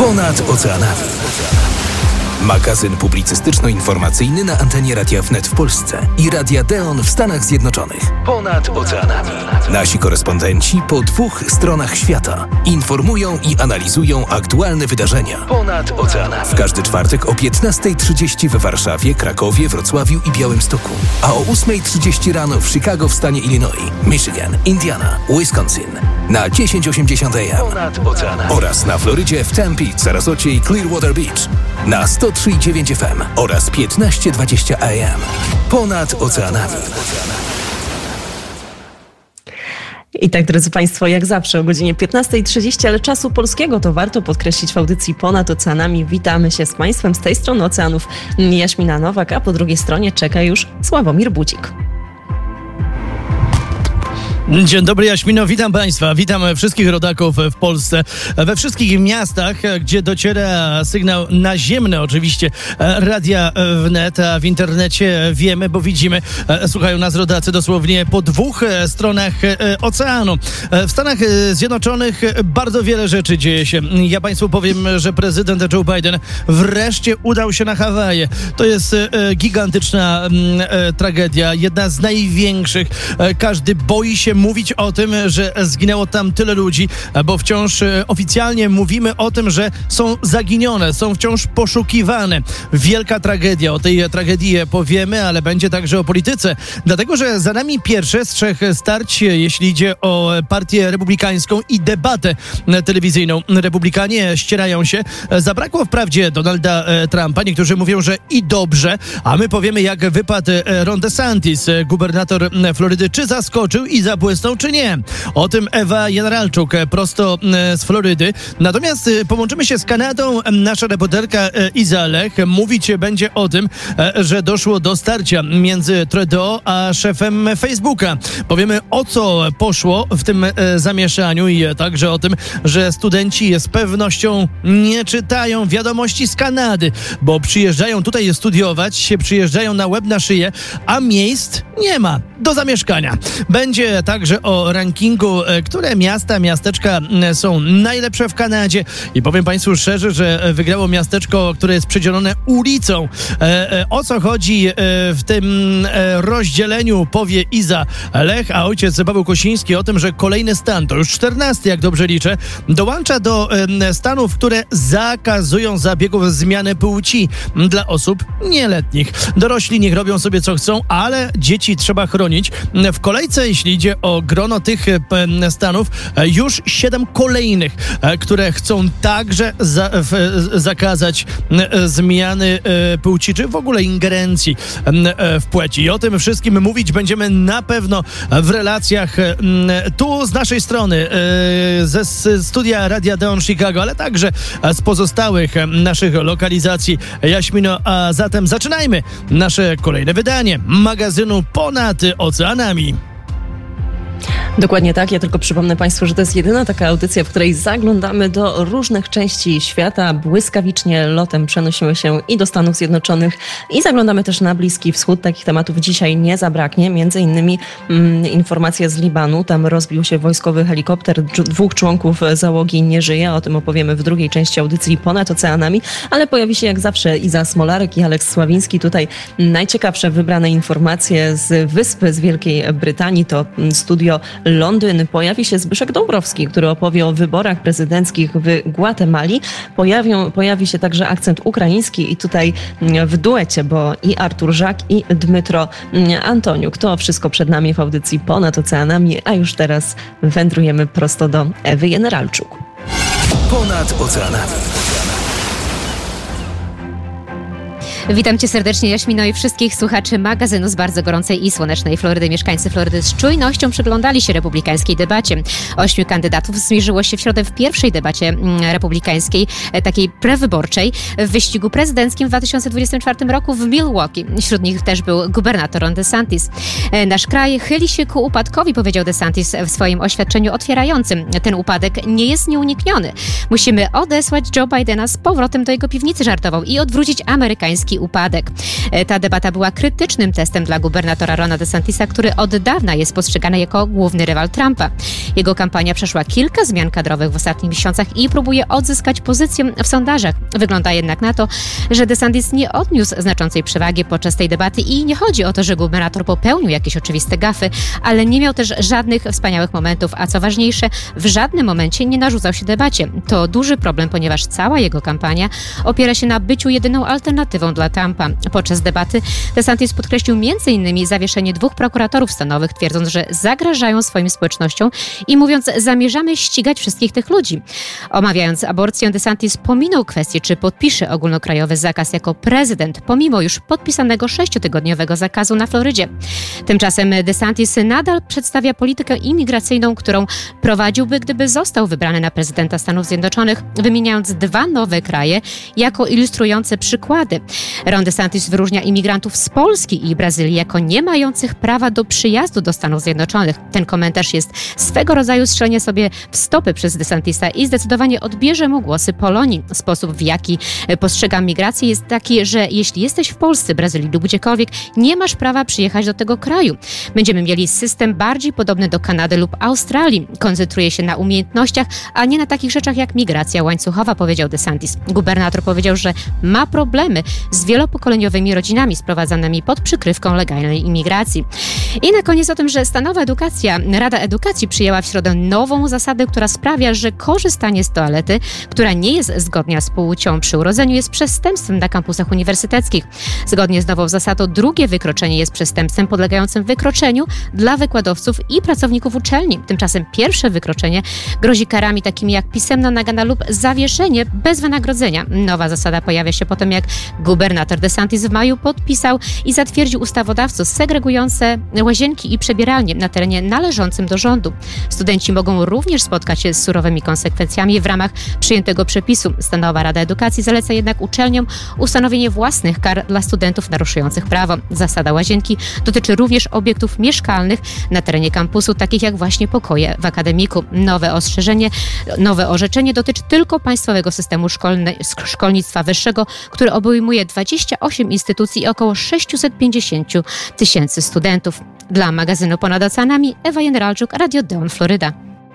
Ponad oceanami. Magazyn publicystyczno-informacyjny na antenie Radia Wnet w Polsce i Radia Deon w Stanach Zjednoczonych. Ponad oceanami. Nasi korespondenci po 2 stronach świata informują i analizują aktualne wydarzenia. Ponad oceanami. W każdy czwartek o 15:30 w Warszawie, Krakowie, Wrocławiu i Białymstoku. A o 8:30 rano w Chicago w stanie Illinois, Michigan, Indiana, Wisconsin. Na 1080 AM. Ponad oceanami. Oraz na Florydzie w Tempe, Sarasocie i Clearwater Beach. Na 103,9 FM oraz 15:20 AM. Ponad oceanami. I tak, drodzy Państwo, jak zawsze o godzinie 15:30, ale czasu polskiego to warto podkreślić w audycji Ponad oceanami. Witamy się z Państwem z tej strony oceanów Jaśmina Nowak, a po drugiej stronie czeka już Sławomir Budzik. Dzień dobry, Jaśmino, witam Państwa, witam wszystkich rodaków w Polsce, we wszystkich miastach, gdzie dociera sygnał naziemny oczywiście Radia Wnet, a w internecie wiemy, bo widzimy, słuchają nas rodacy dosłownie po 2 stronach oceanu. W Stanach Zjednoczonych bardzo wiele rzeczy dzieje się. Ja Państwu powiem, że prezydent Joe Biden wreszcie udał się na Hawaje. To jest gigantyczna tragedia, jedna z największych. Każdy boi się mówić o tym, że zginęło tam tyle ludzi, bo wciąż oficjalnie mówimy o tym, że są zaginione, są wciąż poszukiwane. Wielka tragedia. O tej tragedii powiemy, ale będzie także o polityce. Dlatego, że za nami pierwsze z 3 starć, jeśli idzie o partię republikańską i debatę telewizyjną. Republikanie ścierają się. Zabrakło wprawdzie Donalda Trumpa. Niektórzy mówią, że i dobrze, a my powiemy, jak wypadł Ron DeSantis, gubernator Florydy. Czy zaskoczył i zabłysnął, czy nie? O tym Ewa Generalczuk prosto z Florydy. Natomiast połączymy się z Kanadą. Nasza reporterka Iza Lech mówić będzie o tym, że doszło do starcia między Trudeau a szefem Facebooka. Powiemy, o co poszło w tym zamieszaniu i także o tym, że studenci z pewnością nie czytają wiadomości z Kanady, bo przyjeżdżają tutaj studiować, przyjeżdżają na łeb na szyję, a miejsc nie ma do zamieszkania. Będzie także o rankingu, które miasta, miasteczka są najlepsze w Kanadzie. I powiem Państwu szczerze, że wygrało miasteczko, które jest przedzielone ulicą. O co chodzi w tym rozdzieleniu, powie Iza Lech, a ojciec Paweł Kosiński o tym, że kolejny stan, to już 14, jak dobrze liczę, dołącza do stanów, które zakazują zabiegów zmiany płci dla osób nieletnich. Dorośli niech robią sobie co chcą, ale dzieci trzeba chronić. W kolejce, jeśli idzie o grono tych stanów, już 7 kolejnych, które chcą także zakazać zmiany płci, czy w ogóle ingerencji w płeć. I o tym wszystkim mówić będziemy na pewno w relacjach tu z naszej strony, ze studia Radia Deon Chicago, ale także z pozostałych naszych lokalizacji. Jaśmino, a zatem zaczynajmy nasze kolejne wydanie magazynu Ponad oceanami. Dokładnie tak. Ja tylko przypomnę Państwu, że to jest jedyna taka audycja, w której zaglądamy do różnych części świata. Błyskawicznie lotem przenosimy się i do Stanów Zjednoczonych i zaglądamy też na Bliski Wschód. Takich tematów dzisiaj nie zabraknie. Między innymi informacje z Libanu. Tam rozbił się wojskowy helikopter. 2 członków załogi nie żyje. O tym opowiemy w drugiej części audycji Ponad oceanami. Ale pojawi się jak zawsze Iza Smolarek i Aleks Sławiński. Tutaj najciekawsze wybrane informacje z wyspy z Wielkiej Brytanii. To studio Londyn. Pojawi się Zbyszek Dąbrowski, który opowie o wyborach prezydenckich w Gwatemali. Pojawi się także akcent ukraiński i tutaj w duecie, bo i Artur Żak, i Dmytro Antoniuk. To wszystko przed nami w audycji Ponad oceanami, a już teraz wędrujemy prosto do Ewy Generalczuk. Ponad oceanami. Witam Cię serdecznie, Jaśmino, i wszystkich słuchaczy magazynu z bardzo gorącej i słonecznej Florydy. Mieszkańcy Florydy z czujnością przyglądali się republikańskiej debacie. 8 kandydatów zmierzyło się w środę w pierwszej debacie republikańskiej, takiej prewyborczej, w wyścigu prezydenckim w 2024 roku w Milwaukee. Wśród nich też był gubernator Ron DeSantis. Nasz kraj chyli się ku upadkowi, powiedział DeSantis w swoim oświadczeniu otwierającym. Ten upadek nie jest nieunikniony. Musimy odesłać Joe Bidena z powrotem do jego piwnicy, żartował, i odwrócić amerykański upadek. Ta debata była krytycznym testem dla gubernatora Rona DeSantisa, który od dawna jest postrzegany jako główny rywal Trumpa. Jego kampania przeszła kilka zmian kadrowych w ostatnich miesiącach i próbuje odzyskać pozycję w sondażach. Wygląda jednak na to, że DeSantis nie odniósł znaczącej przewagi podczas tej debaty i nie chodzi o to, że gubernator popełnił jakieś oczywiste gafy, ale nie miał też żadnych wspaniałych momentów, a co ważniejsze, w żadnym momencie nie narzucał się debacie. To duży problem, ponieważ cała jego kampania opiera się na byciu jedyną alternatywą dla Trumpa. Podczas debaty DeSantis podkreślił m.in. zawieszenie 2 prokuratorów stanowych, twierdząc, że zagrażają swoim społecznościom i mówiąc, zamierzamy ścigać wszystkich tych ludzi. Omawiając aborcję, DeSantis pominął kwestię, czy podpisze ogólnokrajowy zakaz jako prezydent, pomimo już podpisanego 6-tygodniowego zakazu na Florydzie. Tymczasem DeSantis nadal przedstawia politykę imigracyjną, którą prowadziłby, gdyby został wybrany na prezydenta Stanów Zjednoczonych, wymieniając 2 nowe kraje jako ilustrujące przykłady. Ron DeSantis wyróżnia imigrantów z Polski i Brazylii jako nie mających prawa do przyjazdu do Stanów Zjednoczonych. Ten komentarz jest swego rodzaju strzelenie sobie w stopy przez DeSantisa i zdecydowanie odbierze mu głosy Polonii. Sposób, w jaki postrzegam migrację, jest taki, że jeśli jesteś w Polsce, Brazylii lub gdziekolwiek, nie masz prawa przyjechać do tego kraju. Będziemy mieli system bardziej podobny do Kanady lub Australii. Koncentruje się na umiejętnościach, a nie na takich rzeczach jak migracja łańcuchowa, powiedział DeSantis. Gubernator powiedział, że ma problemy z wielopokoleniowymi rodzinami sprowadzanymi pod przykrywką legalnej imigracji. I na koniec o tym, że Rada Edukacji przyjęła w środę nową zasadę, która sprawia, że korzystanie z toalety, która nie jest zgodna z płcią przy urodzeniu, jest przestępstwem na kampusach uniwersyteckich. Zgodnie z nową zasadą drugie wykroczenie jest przestępstwem podlegającym wykroczeniu dla wykładowców i pracowników uczelni. Tymczasem pierwsze wykroczenie grozi karami takimi jak pisemna nagana lub zawieszenie bez wynagrodzenia. Nowa zasada pojawia się po tym, jak gubernator DeSantis w maju podpisał i zatwierdził ustawodawstwo segregujące łazienki i przebieralnie na terenie należącym do rządu. Studenci mogą również spotkać się z surowymi konsekwencjami w ramach przyjętego przepisu. Stanowa Rada Edukacji zaleca jednak uczelniom ustanowienie własnych kar dla studentów naruszających prawo. Zasada łazienki dotyczy również obiektów mieszkalnych na terenie kampusu, takich jak właśnie pokoje w akademiku. Nowe orzeczenie dotyczy tylko państwowego systemu szkolnictwa wyższego, który obejmuje 28 instytucji i około 650 000 studentów. Dla magazynu Ponad Oceanami Ewa Jeneralczuk, Radio Deon, Floryda.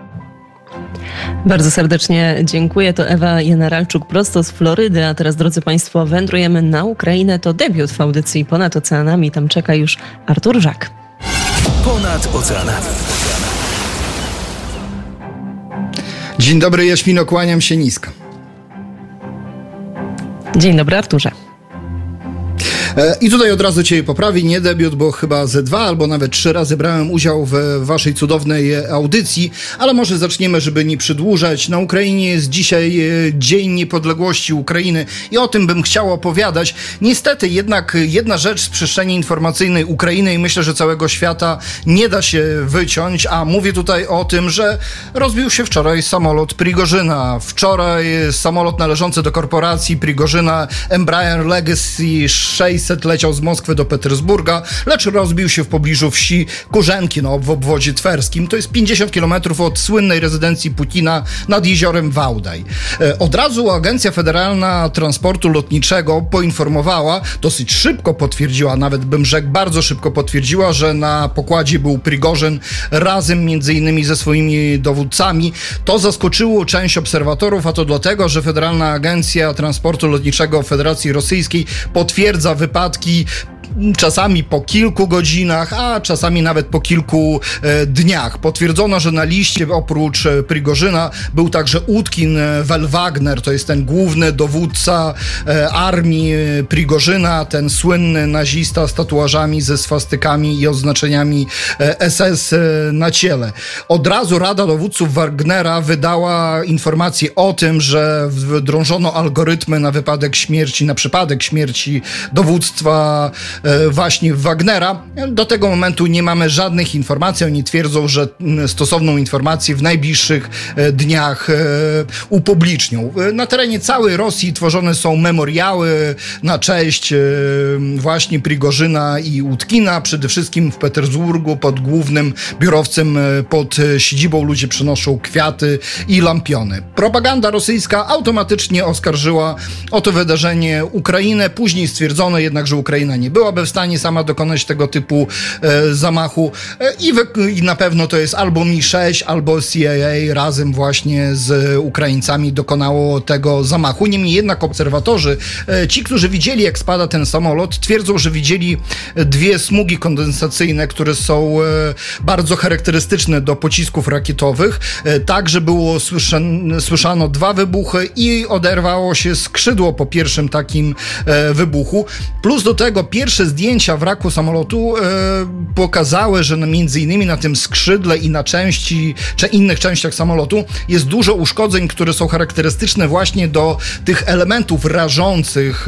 Bardzo serdecznie dziękuję. To Ewa Jeneralczuk prosto z Florydy. A teraz, drodzy Państwo, wędrujemy na Ukrainę. To debiut w audycji Ponad Oceanami. Tam czeka już Artur Żak. Ponad Oceanami. Dzień dobry, Jaśmino, kłaniam się nisko. Dzień dobry, Arturze. I tutaj od razu Cię poprawi, nie debiut, bo chyba ze 2 albo nawet 3 razy brałem udział w Waszej cudownej audycji, ale może zaczniemy, żeby nie przedłużać. Na Ukrainie jest dzisiaj Dzień Niepodległości Ukrainy i o tym bym chciał opowiadać. Niestety jednak jedna rzecz z przestrzeni informacyjnej Ukrainy i myślę, że całego świata nie da się wyciąć, a mówię tutaj o tym, że rozbił się wczoraj samolot Prigorzyna. Wczoraj samolot należący do korporacji Prigorzyna Embraer Legacy 600 leciał z Moskwy do Petersburga, lecz rozbił się w pobliżu wsi Kurzenki, w obwodzie twerskim. To jest 50 km od słynnej rezydencji Putina nad jeziorem Wałdaj. Od razu Agencja Federalna Transportu Lotniczego poinformowała, dosyć szybko potwierdziła, nawet bym rzekł bardzo szybko potwierdziła, że na pokładzie był Prigorzyn razem między innymi ze swoimi dowódcami. To zaskoczyło część obserwatorów, a to dlatego, że Federalna Agencja Transportu Lotniczego Federacji Rosyjskiej potwierdza wypadki czasami po kilku godzinach, a czasami nawet po kilku dniach. Potwierdzono, że na liście oprócz Prigorzyna był także Utkin Wellwagner, to jest ten główny dowódca armii Prigorzyna, ten słynny nazista z tatuażami ze swastykami i oznaczeniami SS na ciele. Od razu Rada Dowódców Wagnera wydała informację o tym, że wdrążono algorytmy na przypadek śmierci dowództwa właśnie Wagnera. Do tego momentu nie mamy żadnych informacji. Oni twierdzą, że stosowną informację w najbliższych dniach upublicznią. Na terenie całej Rosji tworzone są memoriały na cześć właśnie Prigorzyna i Utkina. Przede wszystkim w Petersburgu pod głównym biurowcem, pod siedzibą ludzie przynoszą kwiaty i lampiony. Propaganda rosyjska automatycznie oskarżyła o to wydarzenie Ukrainę. Później stwierdzono jednak, że Ukraina nie byłaby w stanie sama dokonać tego typu zamachu i na pewno to jest albo Mi-6, albo CIA razem właśnie z Ukraińcami dokonało tego zamachu. Niemniej jednak obserwatorzy, ci, którzy widzieli, jak spada ten samolot, twierdzą, że widzieli dwie smugi kondensacyjne, które są bardzo charakterystyczne do pocisków rakietowych. Także było słyszano dwa wybuchy i oderwało się skrzydło po pierwszym takim wybuchu. Plus do tego pierwsze zdjęcia wraku samolotu pokazały, że między innymi na tym skrzydle i na części, czy innych częściach samolotu jest dużo uszkodzeń, które są charakterystyczne właśnie do tych elementów rażących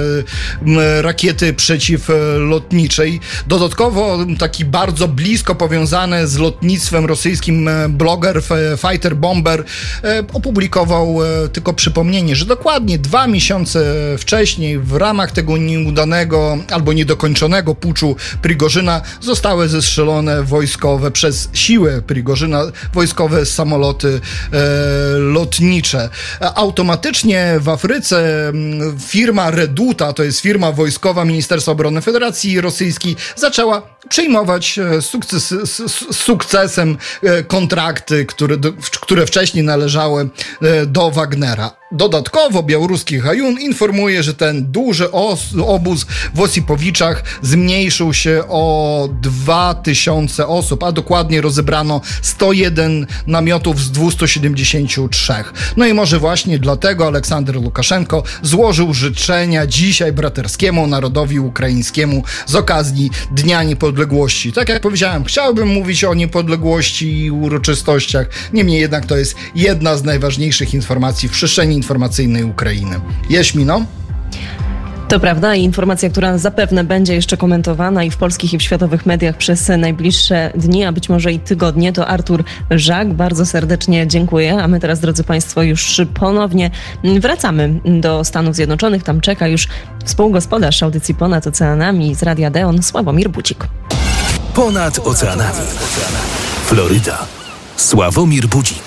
rakiety przeciwlotniczej. Dodatkowo taki bardzo blisko powiązany z lotnictwem rosyjskim bloger Fighter Bomber opublikował tylko przypomnienie, że dokładnie 2 miesiące wcześniej w ramach tego nieudanego albo niedokończonego puczu Prigorzyna zostały zestrzelone wojskowe przez siłę Prigorzyna wojskowe samoloty lotnicze. Automatycznie w Afryce firma Reduta, to jest firma wojskowa Ministerstwa Obrony Federacji Rosyjskiej, zaczęła przejmować z sukcesem kontrakty, które wcześniej należały do Wagnera. Dodatkowo białoruski Hajun informuje, że ten duży obóz w Osipowiczach zmniejszył się o 2000 osób, a dokładnie rozebrano 101 namiotów z 273. No i może właśnie dlatego Aleksander Łukaszenko złożył życzenia dzisiaj braterskiemu narodowi ukraińskiemu z okazji Dnia Niepodległości. Tak jak powiedziałem, chciałbym mówić o niepodległości i uroczystościach, niemniej jednak to jest jedna z najważniejszych informacji w przestrzeni informacyjnej Ukrainy. Jaśmino? To prawda i informacja, która zapewne będzie jeszcze komentowana i w polskich i w światowych mediach przez najbliższe dni, a być może i tygodnie, to Artur Żak. Bardzo serdecznie dziękuję. A my teraz, drodzy Państwo, już ponownie wracamy do Stanów Zjednoczonych. Tam czeka już współgospodarz audycji Ponad Oceanami z Radia Deon, Sławomir Budzik. Ponad Oceanami. Floryda. Sławomir Budzik.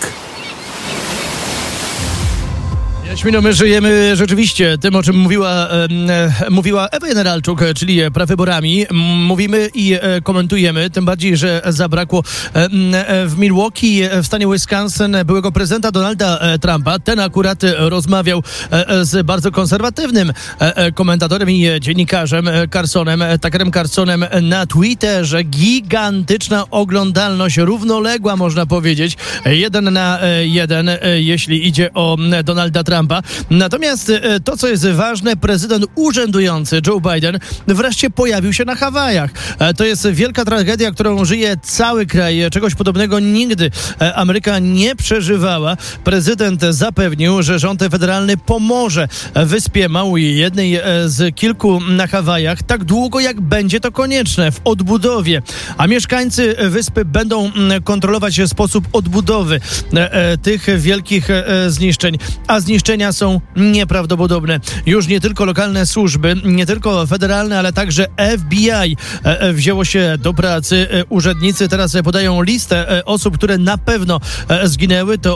Jaśmino, my żyjemy rzeczywiście tym, o czym mówiła Ewa Generalczuk, czyli prawyborami. Mówimy i komentujemy, tym bardziej, że zabrakło w Milwaukee w stanie Wisconsin byłego prezydenta Donalda Trumpa. Ten akurat rozmawiał z bardzo konserwatywnym komentatorem i dziennikarzem Tuckerem Carlsonem na Twitterze. Gigantyczna oglądalność, równoległa można powiedzieć, 1-1, jeśli idzie o Donalda Trumpa. Natomiast to, co jest ważne, prezydent urzędujący Joe Biden wreszcie pojawił się na Hawajach. To jest wielka tragedia, którą żyje cały kraj. Czegoś podobnego nigdy Ameryka nie przeżywała. Prezydent zapewnił, że rząd federalny pomoże wyspie Maui, jednej z kilku na Hawajach, tak długo jak będzie to konieczne w odbudowie. A mieszkańcy wyspy będą kontrolować sposób odbudowy tych wielkich zniszczeń. A zniszczenia są nieprawdopodobne. Już nie tylko lokalne służby, nie tylko federalne, ale także FBI wzięło się do pracy. Urzędnicy teraz podają listę osób, które na pewno zginęły. To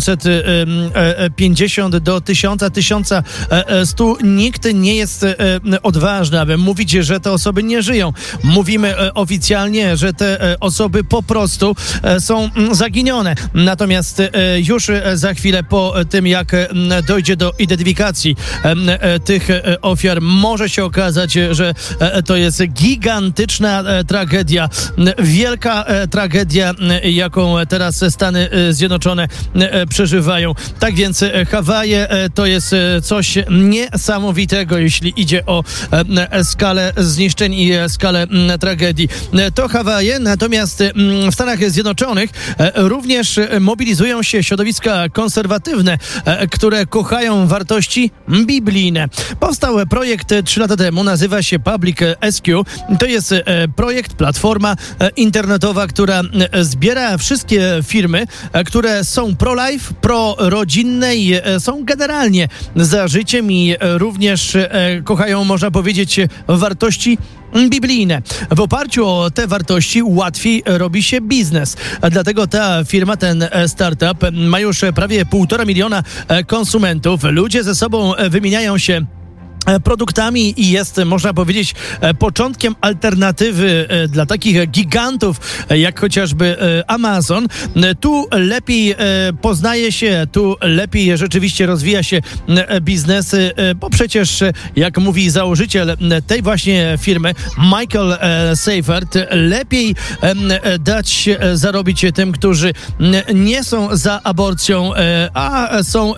850 do 1100. Nikt nie jest odważny, aby mówić, że te osoby nie żyją. Mówimy oficjalnie, że te osoby po prostu są zaginione. Natomiast już za chwilę po tym, jak dojdzie do identyfikacji tych ofiar, może się okazać, że to jest gigantyczna tragedia, wielka tragedia, jaką teraz Stany Zjednoczone przeżywają. Tak więc Hawaje to jest coś niesamowitego, jeśli idzie o skalę zniszczeń i skalę tragedii. To Hawaje, natomiast w Stanach Zjednoczonych również mobilizują się środowiska konserwatywne, które kochają wartości biblijne. Powstał projekt 3 lata temu, nazywa się Public SQ. To jest projekt, platforma internetowa, która zbiera wszystkie firmy, które są pro-life, pro-rodzinne i są generalnie za życiem i również kochają, można powiedzieć, wartości biblijne. W oparciu o te wartości łatwiej robi się biznes. Dlatego ta firma, ten startup ma już prawie 1,5 miliona konsumentów. Ludzie ze sobą wymieniają się produktami i jest, można powiedzieć, początkiem alternatywy dla takich gigantów jak chociażby Amazon. Tu lepiej poznaje się, tu lepiej rzeczywiście rozwija się biznes, bo przecież, jak mówi założyciel tej właśnie firmy, Michael Seifert, lepiej dać zarobić tym, którzy nie są za aborcją, a są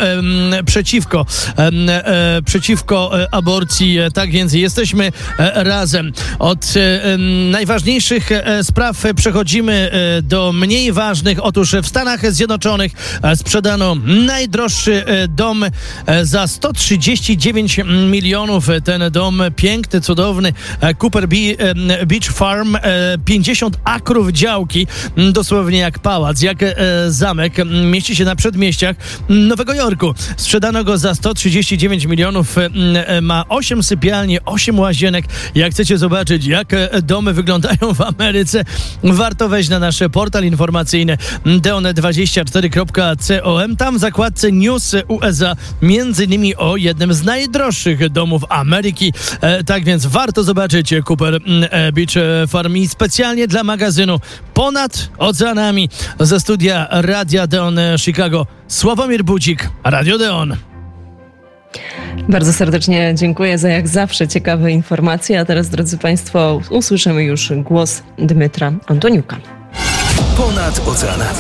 przeciwko aborcji. Tak więc jesteśmy razem. Od najważniejszych spraw przechodzimy do mniej ważnych. Otóż w Stanach Zjednoczonych sprzedano najdroższy dom za 139 milionów. Ten dom piękny, cudowny, Cooper Beach Farm, 50 akrów działki, dosłownie jak pałac, jak zamek, mieści się na przedmieściach Nowego Jorku. Sprzedano go za 139 milionów. Ma 8 sypialni, 8 łazienek. Jak chcecie zobaczyć, jak domy wyglądają w Ameryce, warto wejść na nasz portal informacyjny deon24.com. Tam w zakładce News USA między innymi o jednym z najdroższych domów Ameryki. Tak więc warto zobaczyć Cooper Beach Farm i specjalnie dla magazynu Ponad Oceanami ze studia Radia Deon Chicago. Sławomir Budzik, Radio Deon. Bardzo serdecznie dziękuję za jak zawsze ciekawe informacje, a teraz, drodzy Państwo, usłyszymy już głos Dmytra Antoniuka. Ponad oceanami.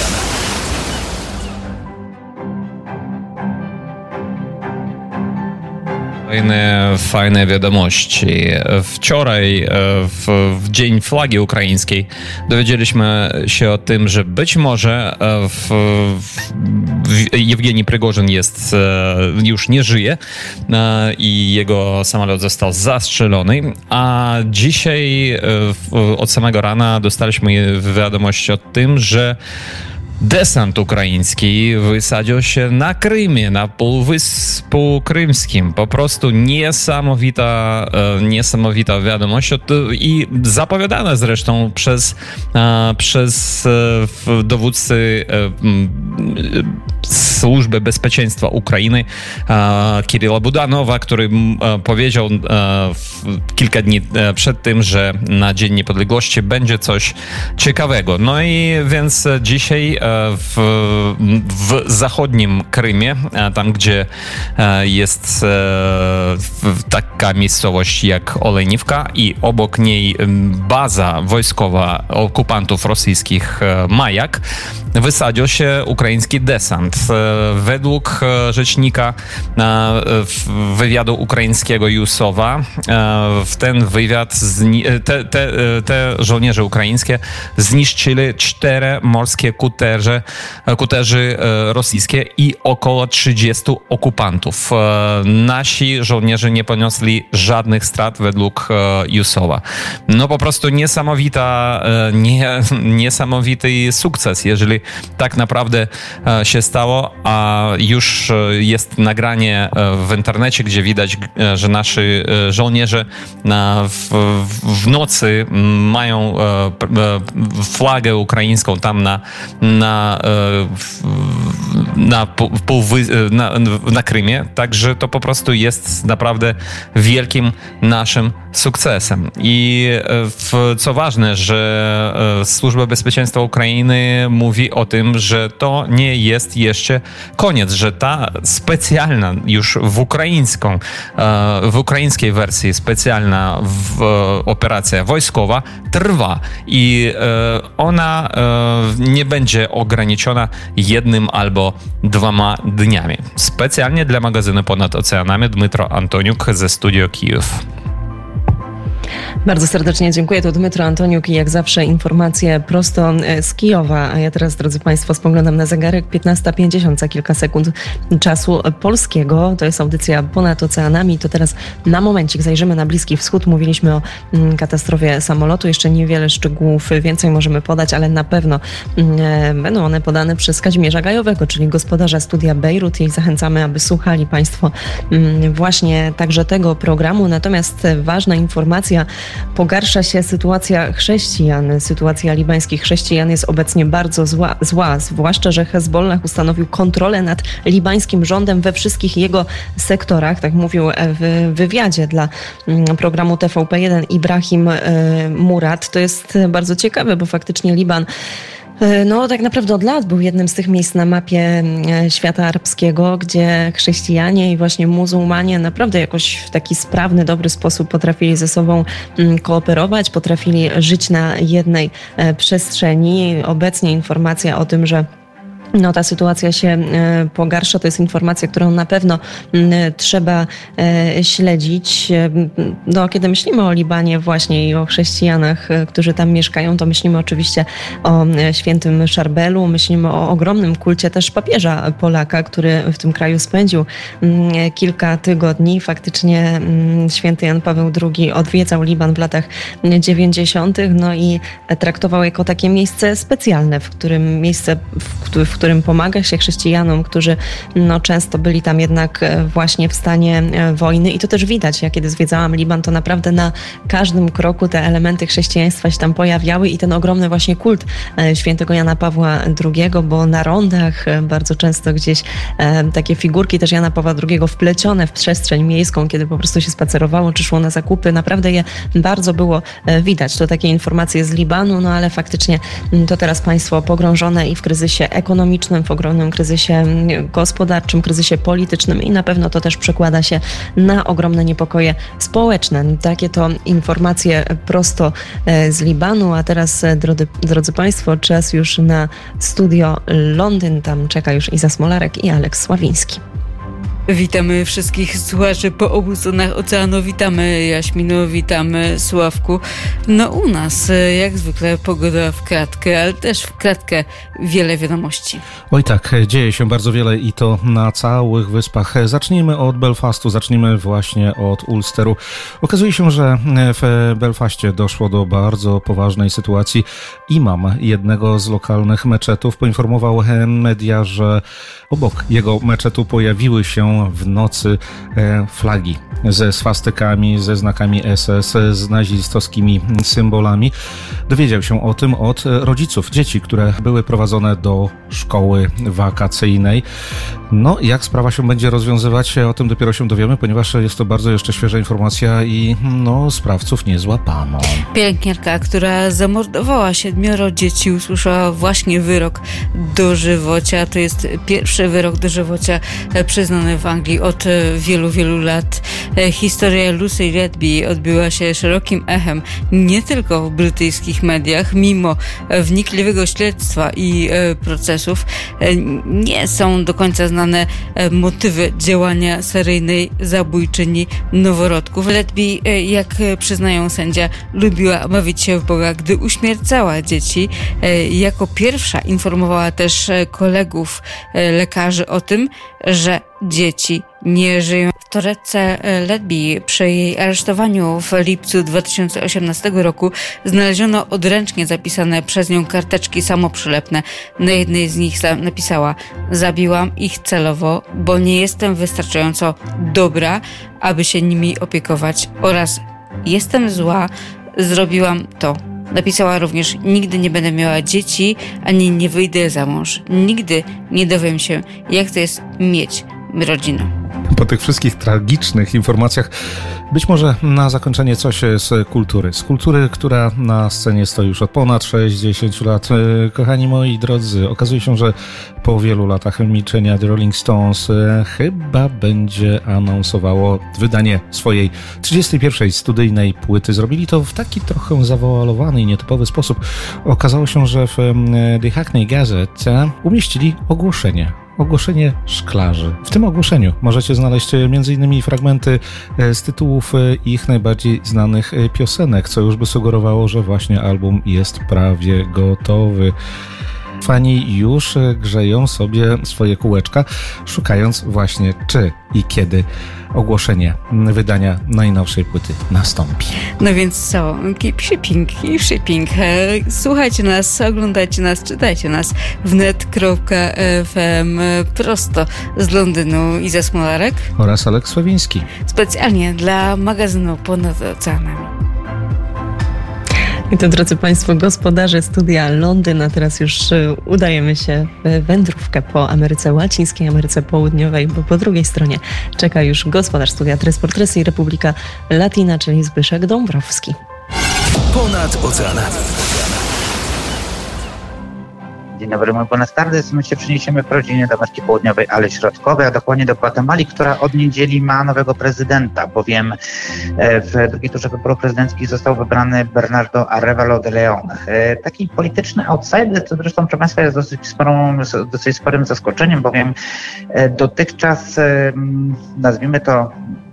Fajne wiadomości. Wczoraj, w Dzień Flagi Ukraińskiej, dowiedzieliśmy się o tym, że być może Jewgenij Prigorzyn już nie żyje i jego samolot został zastrzelony, a dzisiaj od samego rana dostaliśmy wiadomość o tym, że desant ukraiński wysadził się na Krymie, na Półwyspu Krymskim. Po prostu niesamowita wiadomość i zapowiadana zresztą przez dowódcy Służby Bezpieczeństwa Ukrainy Kiryla Budanowa, który powiedział kilka dni przed tym, że na Dzień Niepodległości będzie coś ciekawego. No i więc dzisiaj w zachodnim Krymie, tam gdzie jest taka miejscowość jak Olejniwka i obok niej baza wojskowa okupantów rosyjskich Majak, wysadził się ukraiński desant. Według rzecznika wywiadu ukraińskiego Jusowa, w ten wywiad te żołnierze ukraińskie zniszczyli 4 morskie kuterzy rosyjskie i około 30 okupantów. Nasi żołnierze nie ponieśli żadnych strat według Jusowa. No po prostu niesamowity sukces, jeżeli tak naprawdę się stało, a już jest nagranie w internecie, gdzie widać, że nasi żołnierze w nocy mają flagę ukraińską tam na Krymie, także to po prostu jest naprawdę wielkim naszym sukcesem. I co ważne, że Służba Bezpieczeństwa Ukrainy mówi o tym, że to nie jest jeszcze koniec, że ta specjalna już w ukraińskiej wersji specjalna operacja wojskowa trwa i ona nie będzie ograniczona 1 albo 2 dniami. Specjalnie dla magazynu Ponad Oceanami Dmytro Antoniuk ze Studio Kijów. Bardzo serdecznie dziękuję. To Dmytro Antoniuk i jak zawsze informacje prosto z Kijowa. A ja teraz, drodzy Państwo, spoglądam na zegarek. 15:50, za kilka sekund czasu polskiego. To jest audycja Ponad Oceanami. To teraz na momencik zajrzymy na Bliski Wschód. Mówiliśmy o katastrofie samolotu. Jeszcze niewiele szczegółów więcej możemy podać, ale na pewno będą one podane przez Kazimierza Gajowego, czyli gospodarza studia Bejrut, i zachęcamy, aby słuchali Państwo właśnie także tego programu. Natomiast ważna informacja: pogarsza się sytuacja chrześcijan. Sytuacja libańskich chrześcijan jest obecnie bardzo zła, zwłaszcza że Hezbollah ustanowił kontrolę nad libańskim rządem we wszystkich jego sektorach. Tak mówił w wywiadzie dla programu TVP1 Ibrahim Murad. To jest bardzo ciekawe, bo faktycznie Liban tak naprawdę od lat był jednym z tych miejsc na mapie świata arabskiego, gdzie chrześcijanie i właśnie muzułmanie naprawdę jakoś w taki sprawny, dobry sposób potrafili ze sobą kooperować, potrafili żyć na jednej przestrzeni. Obecnie informacja o tym, że ta sytuacja się pogarsza, to jest informacja, którą na pewno trzeba śledzić. Kiedy myślimy o Libanie właśnie i o chrześcijanach, którzy tam mieszkają, to myślimy oczywiście o świętym Szarbelu, myślimy o ogromnym kulcie też papieża Polaka, który w tym kraju spędził kilka tygodni. Faktycznie święty Jan Paweł II odwiedzał Liban w latach 90. i traktował jako takie miejsce specjalne, w którym pomaga się chrześcijanom, którzy często byli tam jednak właśnie w stanie wojny. I to też widać. Ja kiedy zwiedzałam Liban, to naprawdę na każdym kroku te elementy chrześcijaństwa się tam pojawiały i ten ogromny właśnie kult świętego Jana Pawła II, bo na rondach bardzo często gdzieś takie figurki też Jana Pawła II wplecione w przestrzeń miejską, kiedy po prostu się spacerowało czy szło na zakupy. Naprawdę je bardzo było widać. To takie informacje z Libanu, ale faktycznie to teraz państwo pogrążone i w kryzysie ekonomicznym, w ogromnym kryzysie gospodarczym, kryzysie politycznym i na pewno to też przekłada się na ogromne niepokoje społeczne. Takie to informacje prosto z Libanu. A teraz, drodzy Państwo, czas już na studio Londyn. Tam czeka już Iza Smolarek i Aleks Sławiński. Witamy wszystkich słuchaczy po obu stronach oceanu. Witamy Jaśmino, witamy Sławku. U nas jak zwykle pogoda w kratkę, ale też w kratkę wiele wiadomości. Oj tak, dzieje się bardzo wiele i to na całych wyspach. Zacznijmy od Belfastu, zacznijmy właśnie od Ulsteru. Okazuje się, że w Belfaście doszło do bardzo poważnej sytuacji. Imam jednego z lokalnych meczetów poinformował media, że obok jego meczetu pojawiły się w nocy flagi ze swastykami, ze znakami SS, z nazistowskimi symbolami. Dowiedział się o tym od rodziców dzieci, które były prowadzone do szkoły wakacyjnej. Jak sprawa się będzie rozwiązywać, o tym dopiero się dowiemy, ponieważ jest to bardzo jeszcze świeża informacja i sprawców nie złapano. Pielęgniarka, która zamordowała 7 dzieci, usłyszała właśnie wyrok dożywocia. To jest pierwszy wyrok dożywocia przyznany w Anglii od wielu, wielu lat. Historia Lucy Redby odbyła się szerokim echem nie tylko w brytyjskich mediach. Mimo wnikliwego śledztwa i procesów nie są do końca znane motywy działania seryjnej zabójczyni noworodków. Redby, jak przyznają sędzia, lubiła bawić się w Boga, gdy uśmiercała dzieci. Jako pierwsza informowała też kolegów lekarzy o tym, że dzieci nie żyją. W torebce Redby przy jej aresztowaniu w lipcu 2018 roku znaleziono odręcznie zapisane przez nią karteczki samoprzylepne. Na jednej z nich napisała: zabiłam ich celowo, bo nie jestem wystarczająco dobra, aby się nimi opiekować, oraz jestem zła, zrobiłam to. Napisała również: nigdy nie będę miała dzieci, ani nie wyjdę za mąż. Nigdy nie dowiem się, jak to jest mieć rodzinę. Po tych wszystkich tragicznych informacjach być może na zakończenie coś z kultury. Z kultury, która na scenie stoi już od ponad 60 lat. Kochani moi drodzy, okazuje się, że po wielu latach milczenia The Rolling Stones chyba będzie anonsowało wydanie swojej 31. studyjnej płyty. Zrobili to w taki trochę zawoalowany i nietypowy sposób. Okazało się, że w The Hackney Gazette umieścili ogłoszenie. ogłoszenie szklarzy. W tym ogłoszeniu możecie znaleźć m.in. fragmenty z tytułów ich najbardziej znanych piosenek, co już by sugerowało, że właśnie album jest prawie gotowy. Fani już grzeją sobie swoje kółeczka, szukając właśnie czy i kiedy ogłoszenie wydania najnowszej płyty nastąpi. No więc co? Keep shipping. Słuchajcie nas, oglądajcie nas, czytajcie nas w net.fm prosto z Londynu. Iza Smolarek oraz Aleks Sławiński. Specjalnie dla magazynu Ponad Oceanami. I to, drodzy Państwo, gospodarze studia Londyn, a teraz już udajemy się w wędrówkę po Ameryce Łacińskiej, Ameryce Południowej, bo po drugiej stronie czeka już gospodarz studia Tres por Tres i Republika Latina, czyli Zbyszek Dąbrowski. Ponad oceanami. Dzień dobry, muy buenas tardes. My się przeniesiemy w rodzinie do Ameryki Południowej, ale Środkowej, a dokładnie do Gwatemali, która od niedzieli ma nowego prezydenta, bowiem w drugiej turze wyborów prezydenckich został wybrany Bernardo Arévalo de León. Taki polityczny outsider, co zresztą proszę Państwa jest dosyć sporym zaskoczeniem, bowiem dotychczas, nazwijmy to,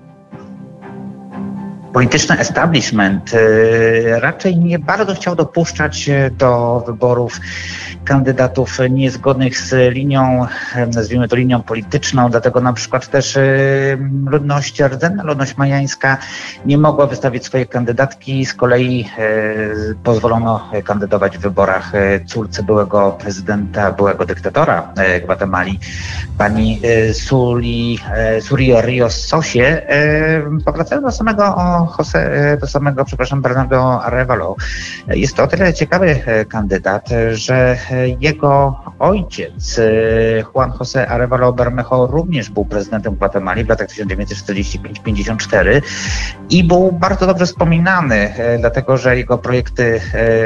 polityczny establishment raczej nie bardzo chciał dopuszczać do wyborów kandydatów niezgodnych z linią, nazwijmy to linią polityczną, dlatego na przykład też rdzenna ludność majańska nie mogła wystawić swojej kandydatki, z kolei pozwolono kandydować w wyborach córce byłego prezydenta, byłego dyktatora Gwatemali, pani Suri Rios Sosie. Powracając do samego Bernardo Arévalo, jest to o tyle ciekawy kandydat, że jego ojciec, Juan José Arévalo Bermejo, również był prezydentem Gwatemali w latach 1945-54 i był bardzo dobrze wspominany, dlatego że jego projekty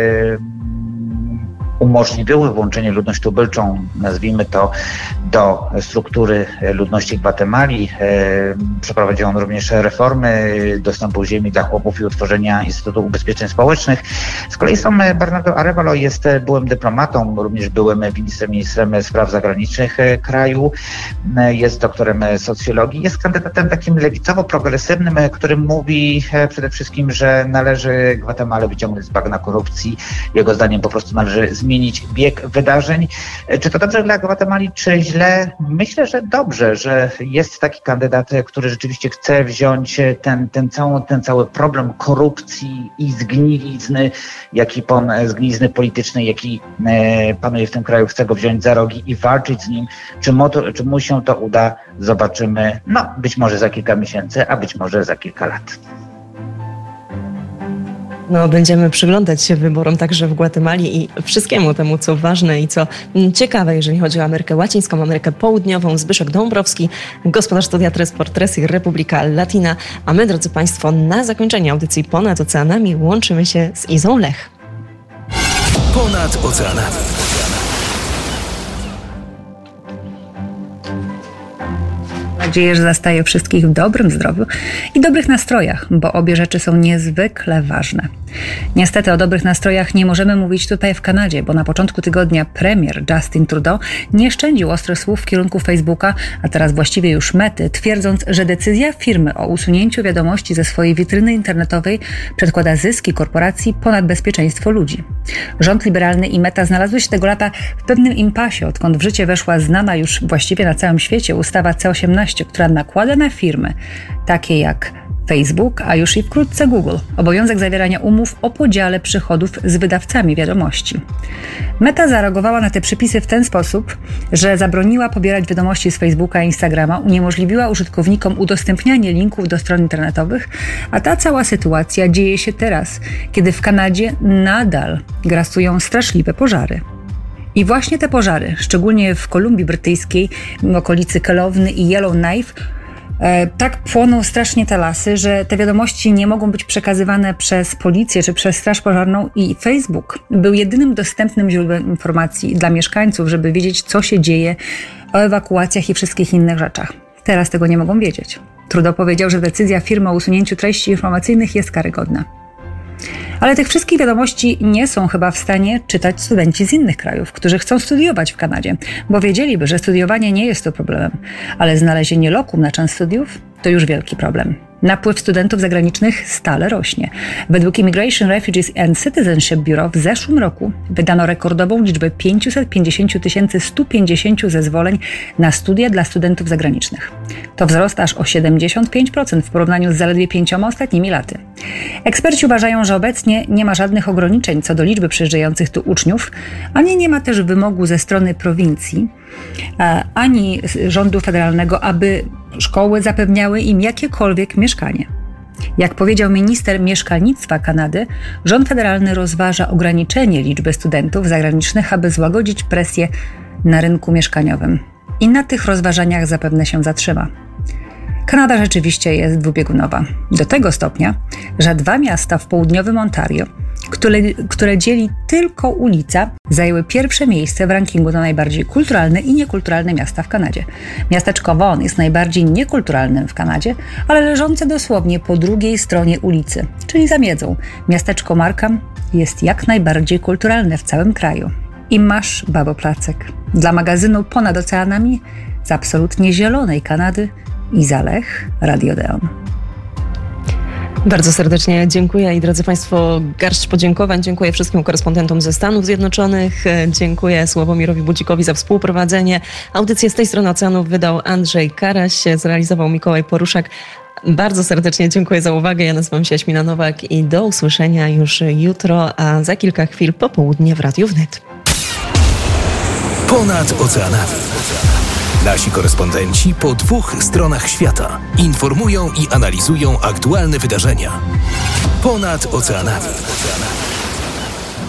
umożliwiły włączenie ludności tubylczą, nazwijmy to, do struktury ludności Gwatemali. Przeprowadził on również reformy dostępu ziemi dla chłopów i utworzenia Instytutu Ubezpieczeń Społecznych. Z kolei sam Bernardo Arévalo jest byłym dyplomatą, również byłym ministrem spraw zagranicznych kraju, jest doktorem socjologii, jest kandydatem takim lewicowo-progresywnym, który mówi przede wszystkim, że należy Gwatemalę wyciągnąć z bagna korupcji. Jego zdaniem po prostu należy zmienić bieg wydarzeń. Czy to dobrze dla Gwatemali, czy źle? Myślę, że dobrze, że jest taki kandydat, który rzeczywiście chce wziąć ten cały problem korupcji i zgnilizny, zgnilizny politycznej, jaki panuje w tym kraju, chce go wziąć za rogi i walczyć z nim. Czy mu się to uda, zobaczymy, być może za kilka miesięcy, a być może za kilka lat. Będziemy przyglądać się wyborom także w Gwatemali i wszystkiemu temu, co ważne i co ciekawe, jeżeli chodzi o Amerykę Łacińską, Amerykę Południową. Zbyszek Dąbrowski, gospodarz studia Tres por Tres i Republika Latina. A my, drodzy Państwo, na zakończenie audycji Ponad Oceanami łączymy się z Izą Lech. Ponad oceanami. Mam nadzieję, że zastaję wszystkich w dobrym zdrowiu i dobrych nastrojach, bo obie rzeczy są niezwykle ważne. Niestety o dobrych nastrojach nie możemy mówić tutaj w Kanadzie, bo na początku tygodnia premier Justin Trudeau nie szczędził ostrych słów w kierunku Facebooka, a teraz właściwie już Mety, twierdząc, że decyzja firmy o usunięciu wiadomości ze swojej witryny internetowej przedkłada zyski korporacji ponad bezpieczeństwo ludzi. Rząd liberalny i Meta znalazły się tego lata w pewnym impasie, odkąd w życie weszła znana już właściwie na całym świecie ustawa C-18, która nakłada na firmy takie jak Facebook, a już i wkrótce Google, obowiązek zawierania umów o podziale przychodów z wydawcami wiadomości. Meta zareagowała na te przepisy w ten sposób, że zabroniła pobierać wiadomości z Facebooka i Instagrama, uniemożliwiła użytkownikom udostępnianie linków do stron internetowych, a ta cała sytuacja dzieje się teraz, kiedy w Kanadzie nadal grasują straszliwe pożary. I właśnie te pożary, szczególnie w Kolumbii Brytyjskiej, w okolicy Kelowny i Yellowknife, tak płoną strasznie te lasy, że te wiadomości nie mogą być przekazywane przez policję czy przez straż pożarną i Facebook był jedynym dostępnym źródłem informacji dla mieszkańców, żeby wiedzieć, co się dzieje o ewakuacjach i wszystkich innych rzeczach. Teraz tego nie mogą wiedzieć. Trudeau powiedział, że decyzja firmy o usunięciu treści informacyjnych jest karygodna. Ale tych wszystkich wiadomości nie są chyba w stanie czytać studenci z innych krajów, którzy chcą studiować w Kanadzie, bo wiedzieliby, że studiowanie nie jest to problemem, ale znalezienie lokum na czas studiów to już wielki problem. Napływ studentów zagranicznych stale rośnie. Według Immigration, Refugees and Citizenship Bureau w zeszłym roku wydano rekordową liczbę 550 150 zezwoleń na studia dla studentów zagranicznych. To wzrost aż o 75% w porównaniu z zaledwie 5 ostatnimi laty. Eksperci uważają, że obecnie nie ma żadnych ograniczeń co do liczby przyjeżdżających tu uczniów, ani nie ma też wymogu ze strony prowincji, ani rządu federalnego, aby szkoły zapewniały im jakiekolwiek mieszkanie. Jak powiedział minister mieszkalnictwa Kanady, rząd federalny rozważa ograniczenie liczby studentów zagranicznych, aby złagodzić presję na rynku mieszkaniowym. I na tych rozważaniach zapewne się zatrzyma. Kanada rzeczywiście jest dwubiegunowa. Do tego stopnia, że 2 miasta w południowym Ontario, które dzieli tylko ulica, zajęły pierwsze miejsce w rankingu na najbardziej kulturalne i niekulturalne miasta w Kanadzie. Miasteczko Vaughan jest najbardziej niekulturalnym w Kanadzie, ale leżące dosłownie po drugiej stronie ulicy, czyli za miedzą. Miasteczko Markham jest jak najbardziej kulturalne w całym kraju. I masz baboplacek. Dla magazynu Ponad Oceanami z absolutnie zielonej Kanady Iza Lech, Radio Deon. Bardzo serdecznie dziękuję i drodzy Państwo, garść podziękowań. Dziękuję wszystkim korespondentom ze Stanów Zjednoczonych. Dziękuję Sławomirowi Budzikowi za współprowadzenie. Audycję z tej strony oceanu wydał Andrzej Karaś, zrealizował Mikołaj Poruszak. Bardzo serdecznie dziękuję za uwagę. Ja nazywam się Jaśmina Nowak i do usłyszenia już jutro, a za kilka chwil popołudnie w Radiu Wnet. Ponad oceanami. Nasi korespondenci po 2 stronach świata informują i analizują aktualne wydarzenia. Ponad oceanami.